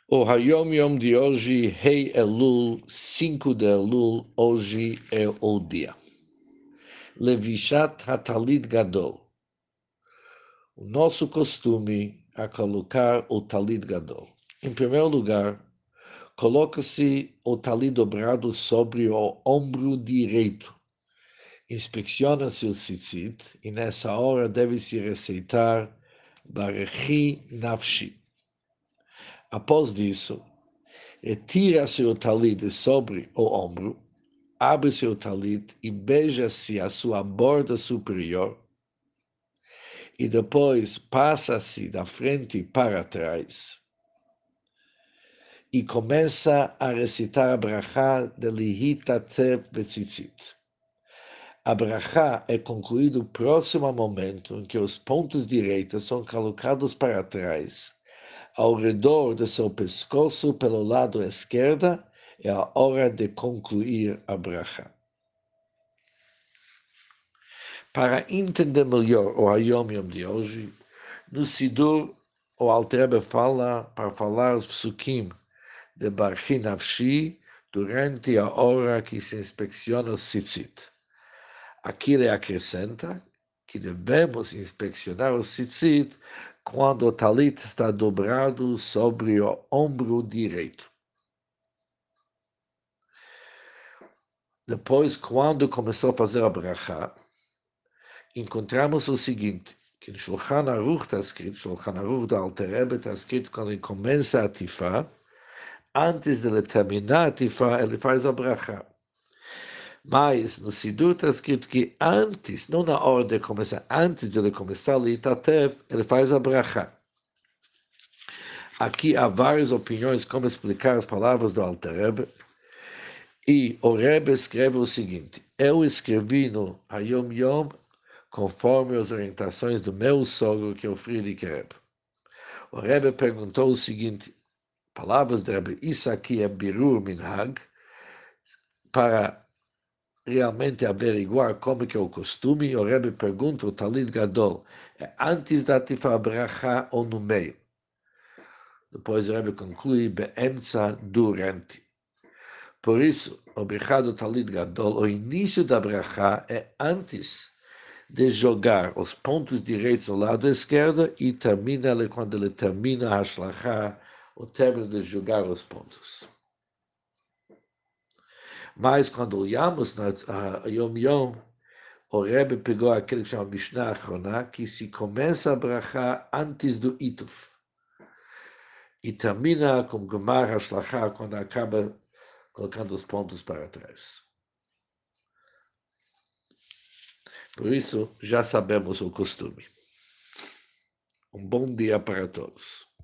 O Hayom Yom de hoje, Rei Elul, 5 de Elul, hoje é o dia. Levishat Hatalit Gadol. O nosso costume é colocar o talit gadol. Em primeiro lugar, coloca-se o talit dobrado sobre o ombro direito. Inspeciona-se o tzitzit e nessa hora deve-se receitar Barechi Nafshi. Após isso, retira-se o talit de sobre o ombro, abre-se o talit e beija-se a sua borda superior e depois passa-se da frente para trás e começa a recitar a brachá de Lihitatzev Betzitzit. A brachá é concluído próximo ao momento em que os pontos direitos são colocados para trás, ao redor do seu pescoço pelo lado esquerdo. É a hora de concluir a brachá. Para entender melhor o Hayom Yom de hoje, no Sidur, o Alter Rebbe fala para falar os psukim de Barechi Nafshi durante a hora que se inspeciona o tzitzit. Aqui ele acrescenta que devemos inspecionar o tzitzit quando o talit está dobrado sobre o ombro direito. Depois, quando começou a fazer a brachá, encontramos o seguinte, que no Shulchan Aruch está escrito, Shulchan Aruch do Alter Rebbe está escrito, quando ele começa a tifá, antes de ele terminar a tifá, ele faz a brachá. Mas no Sidur está escrito que antes, não na hora de começar, antes de ele começar a Litatev, ele faz a brachá. Aqui há várias opiniões como explicar as palavras do Alter Rebbe. E o Rebbe escreve o seguinte: eu escrevi no Hayom Yom conforme as orientações do meu sogro, que é o Friedrich Rebbe. O Rebbe perguntou o seguinte: palavras do Rebbe, isso aqui é Birur Minhag, para realmente averiguar como que é o costume. O Rebbe pergunta, o Talit Gadol, é antes da Tifá Bracha ou no meio? Depois o Rebbe conclui, Be'emtza, durante. Por isso, o Brachá do Talit Gadol, o início da Brachá é antes de jogar os pontos direitos ao lado esquerdo e termina ele quando ele termina a Hashlachá, o término de jogar os pontos. Mas quando olhamos na Yom Yom, o Rebbe pegou aquele que chama Mishnah Achroná, que se começa a brachá antes do Ituf. E termina com Gemar Hashlachá, quando acaba colocando os pontos para trás. Por isso, já sabemos o costume. Um bom dia para todos.